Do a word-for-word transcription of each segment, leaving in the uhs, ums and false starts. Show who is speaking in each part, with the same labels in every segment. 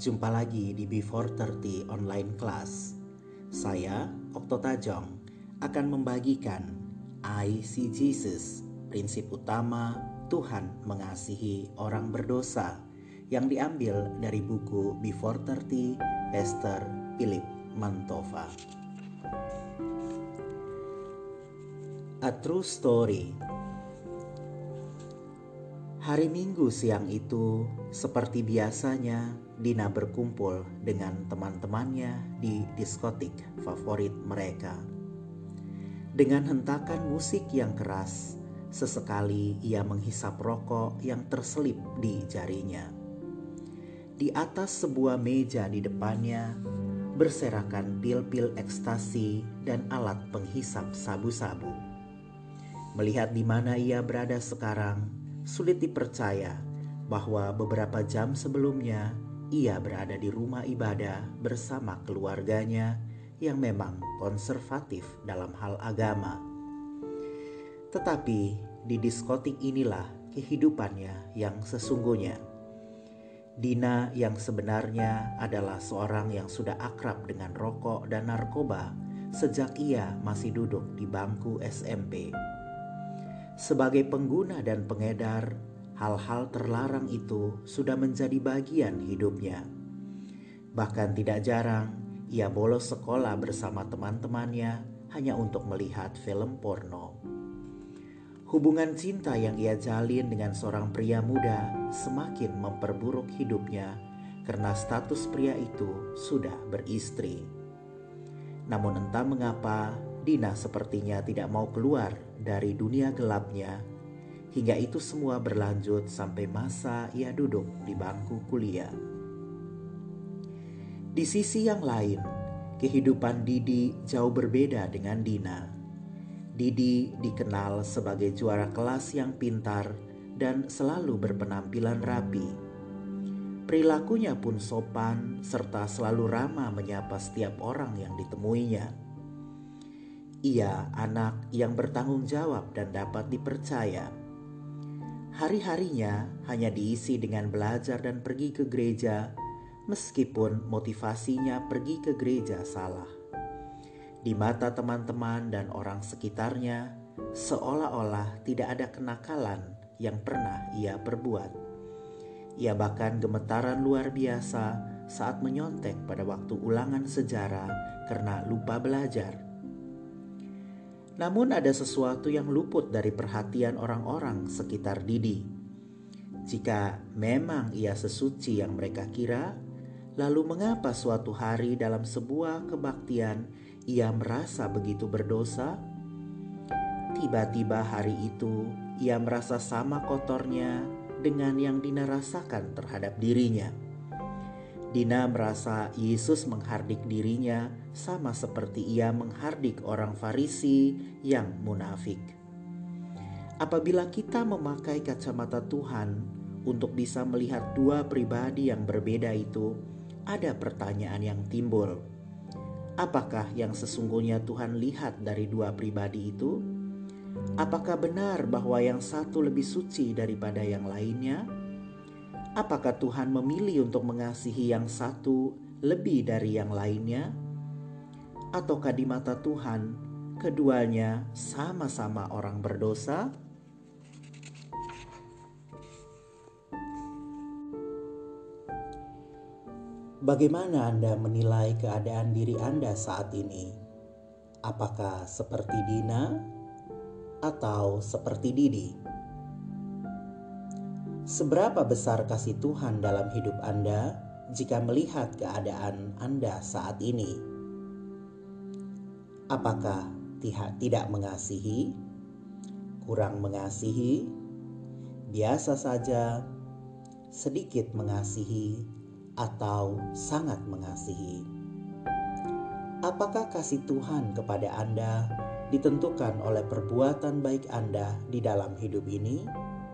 Speaker 1: Jumpa lagi di Before tiga puluh Online Class. Saya, Okto Tajong, akan membagikan I See Jesus, prinsip utama Tuhan mengasihi orang berdosa, yang diambil dari buku Before tiga puluh Pastor Philip Mantova. A True Story. Hari Minggu siang itu, seperti biasanya, Dina berkumpul dengan teman-temannya di diskotik favorit mereka. Dengan hentakan musik yang keras, sesekali ia menghisap rokok yang terselip di jarinya. Di atas sebuah meja di depannya, berserakan pil-pil ekstasi dan alat penghisap sabu-sabu. Melihat di mana ia berada sekarang, sulit dipercaya bahwa beberapa jam sebelumnya ia berada di rumah ibadah bersama keluarganya yang memang konservatif dalam hal agama. Tetapi di diskotik inilah kehidupannya yang sesungguhnya. Dina yang sebenarnya adalah seorang yang sudah akrab dengan rokok dan narkoba sejak ia masih duduk di bangku S M P. Sebagai pengguna dan pengedar, hal-hal terlarang itu sudah menjadi bagian hidupnya. Bahkan tidak jarang, ia bolos sekolah bersama teman-temannya hanya untuk melihat film porno. Hubungan cinta yang ia jalin dengan seorang pria muda semakin memperburuk hidupnya karena status pria itu sudah beristri. Namun entah mengapa, Dina sepertinya tidak mau keluar dari dunia gelapnya, hingga itu semua berlanjut sampai masa ia duduk di bangku kuliah. Di sisi yang lain, kehidupan Didi jauh berbeda dengan Dina. Didi dikenal sebagai juara kelas yang pintar dan selalu berpenampilan rapi. Perilakunya pun sopan serta selalu ramah menyapa setiap orang yang ditemuinya. Ia anak yang bertanggung jawab dan dapat dipercaya. Hari-harinya hanya diisi dengan belajar dan pergi ke gereja, meskipun motivasinya pergi ke gereja salah. Di mata teman-teman dan orang sekitarnya, seolah-olah tidak ada kenakalan yang pernah ia perbuat. Ia bahkan gemetaran luar biasa saat menyontek pada waktu ulangan sejarah karena lupa belajar. Namun ada sesuatu yang luput dari perhatian orang-orang sekitar Didi. Jika memang ia sesuci yang mereka kira, lalu mengapa suatu hari dalam sebuah kebaktian ia merasa begitu berdosa? Tiba-tiba hari itu ia merasa sama kotornya dengan yang Dina rasakan terhadap dirinya. Dina merasa Yesus menghardik dirinya sama seperti ia menghardik orang Farisi yang munafik. Apabila kita memakai kacamata Tuhan untuk bisa melihat dua pribadi yang berbeda itu, ada pertanyaan yang timbul. Apakah yang sesungguhnya Tuhan lihat dari dua pribadi itu? Apakah benar bahwa yang satu lebih suci daripada yang lainnya? Apakah Tuhan memilih untuk mengasihi yang satu lebih dari yang lainnya? Ataukah di mata Tuhan keduanya sama-sama orang berdosa? Bagaimana Anda menilai keadaan diri Anda saat ini? Apakah seperti Dina atau seperti Didi? Seberapa besar kasih Tuhan dalam hidup Anda jika melihat keadaan Anda saat ini? Apakah tidak mengasihi, kurang mengasihi, biasa saja, sedikit mengasihi, atau sangat mengasihi? Apakah kasih Tuhan kepada Anda ditentukan oleh perbuatan baik Anda di dalam hidup ini?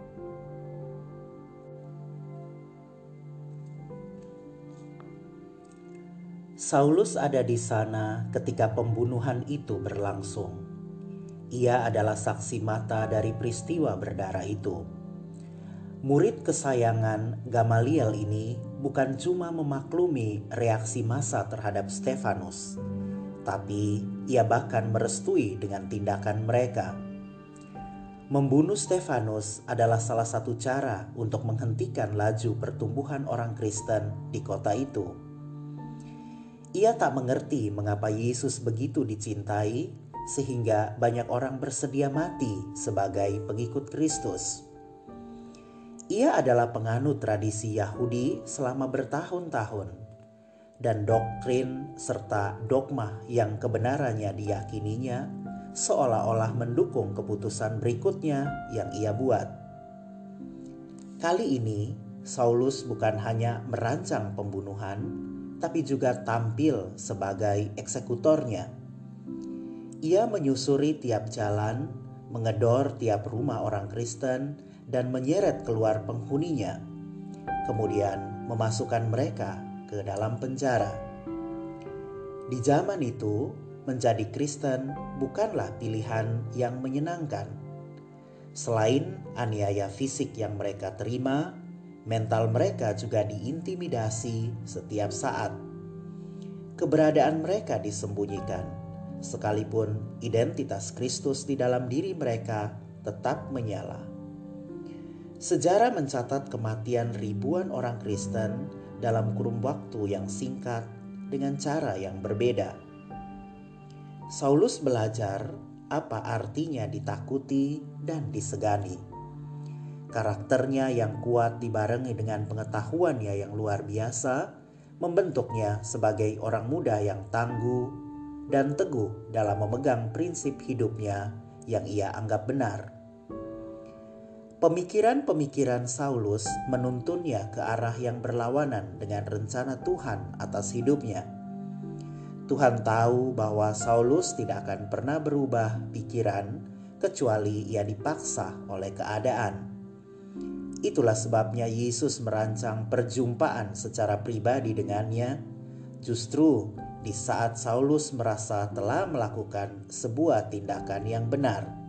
Speaker 1: Saulus ada di sana ketika pembunuhan itu berlangsung. Ia adalah saksi mata dari peristiwa berdarah itu. Murid kesayangan Gamaliel ini bukan cuma memaklumi reaksi massa terhadap Stefanus, tapi ia bahkan merestui dengan tindakan mereka. Membunuh Stefanus adalah salah satu cara untuk menghentikan laju pertumbuhan orang Kristen di kota itu. Ia tak mengerti mengapa Yesus begitu dicintai sehingga banyak orang bersedia mati sebagai pengikut Kristus. Ia adalah penganut tradisi Yahudi selama bertahun-tahun, dan doktrin serta dogma yang kebenarannya diyakininya seolah-olah mendukung keputusan berikutnya yang ia buat. Kali ini, Saulus bukan hanya merancang pembunuhan, tapi juga tampil sebagai eksekutornya. Ia menyusuri tiap jalan, mengedor tiap rumah orang Kristen, dan menyeret keluar penghuninya, kemudian memasukkan mereka ke dalam penjara. Di zaman itu, menjadi Kristen bukanlah pilihan yang menyenangkan. Selain aniaya fisik yang mereka terima, mental mereka juga diintimidasi setiap saat. Keberadaan mereka disembunyikan, sekalipun identitas Kristus di dalam diri mereka tetap menyala. Sejarah mencatat kematian ribuan orang Kristen dalam kurun waktu yang singkat dengan cara yang berbeda. Saulus belajar apa artinya ditakuti dan disegani. Karakternya yang kuat dibarengi dengan pengetahuannya yang luar biasa membentuknya sebagai orang muda yang tangguh dan teguh dalam memegang prinsip hidupnya yang ia anggap benar. Pemikiran-pemikiran Saulus menuntunnya ke arah yang berlawanan dengan rencana Tuhan atas hidupnya. Tuhan tahu bahwa Saulus tidak akan pernah berubah pikiran kecuali ia dipaksa oleh keadaan. Itulah sebabnya Yesus merancang perjumpaan secara pribadi dengannya, justru di saat Saulus merasa telah melakukan sebuah tindakan yang benar.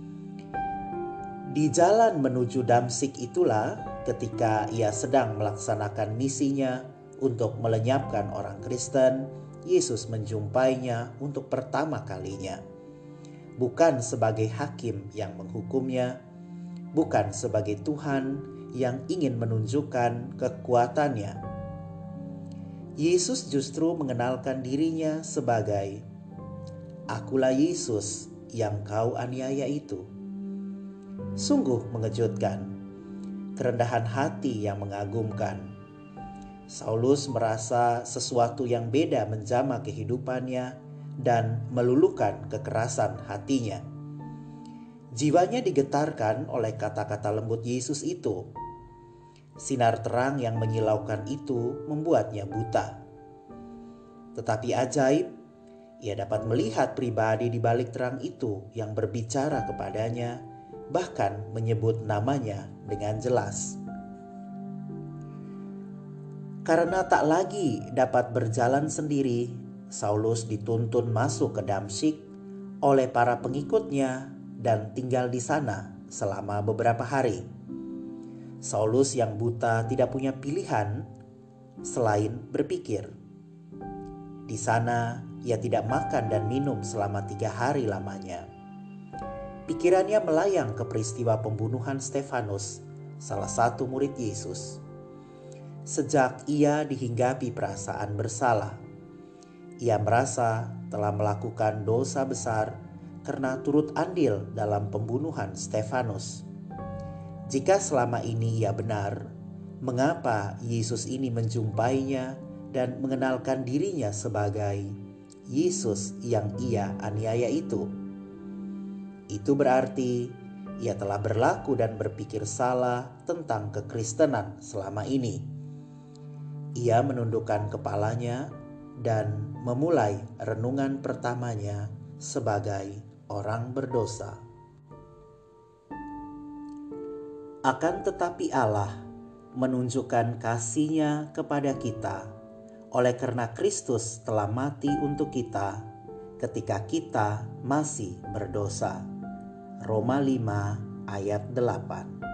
Speaker 1: Di jalan menuju Damsyik itulah ketika ia sedang melaksanakan misinya untuk melenyapkan orang Kristen, Yesus menjumpainya untuk pertama kalinya. Bukan sebagai hakim yang menghukumnya, bukan sebagai Tuhan yang ingin menunjukkan kekuatannya. Yesus justru mengenalkan dirinya sebagai, "Akulah Yesus yang kau aniaya itu." Sungguh mengejutkan, kerendahan hati yang mengagumkan. Saulus merasa sesuatu yang beda menjamah kehidupannya dan meluluhkan kekerasan hatinya. Jiwanya digetarkan oleh kata-kata lembut Yesus itu. Sinar terang yang menyilaukan itu membuatnya buta. Tetapi ajaib, ia dapat melihat pribadi di balik terang itu yang berbicara kepadanya, bahkan menyebut namanya dengan jelas. Karena tak lagi dapat berjalan sendiri, Saulus dituntun masuk ke Damsyik oleh para pengikutnya dan tinggal di sana selama beberapa hari. Saulus yang buta tidak punya pilihan selain berpikir. Di sana ia tidak makan dan minum selama tiga hari lamanya. Pikirannya melayang ke peristiwa pembunuhan Stefanus, salah satu murid Yesus. Sejak ia dihinggapi perasaan bersalah, ia merasa telah melakukan dosa besar karena turut andil dalam pembunuhan Stefanus. Jika selama ini ia benar, mengapa Yesus ini menjumpainya dan mengenalkan dirinya sebagai Yesus yang ia aniaya itu? Itu berarti ia telah berlaku dan berpikir salah tentang kekristenan selama ini. Ia menundukkan kepalanya dan memulai renungan pertamanya sebagai orang berdosa. Akan tetapi Allah menunjukkan kasih-Nya kepada kita oleh karena Kristus telah mati untuk kita ketika kita masih berdosa. Roma lima ayat delapan.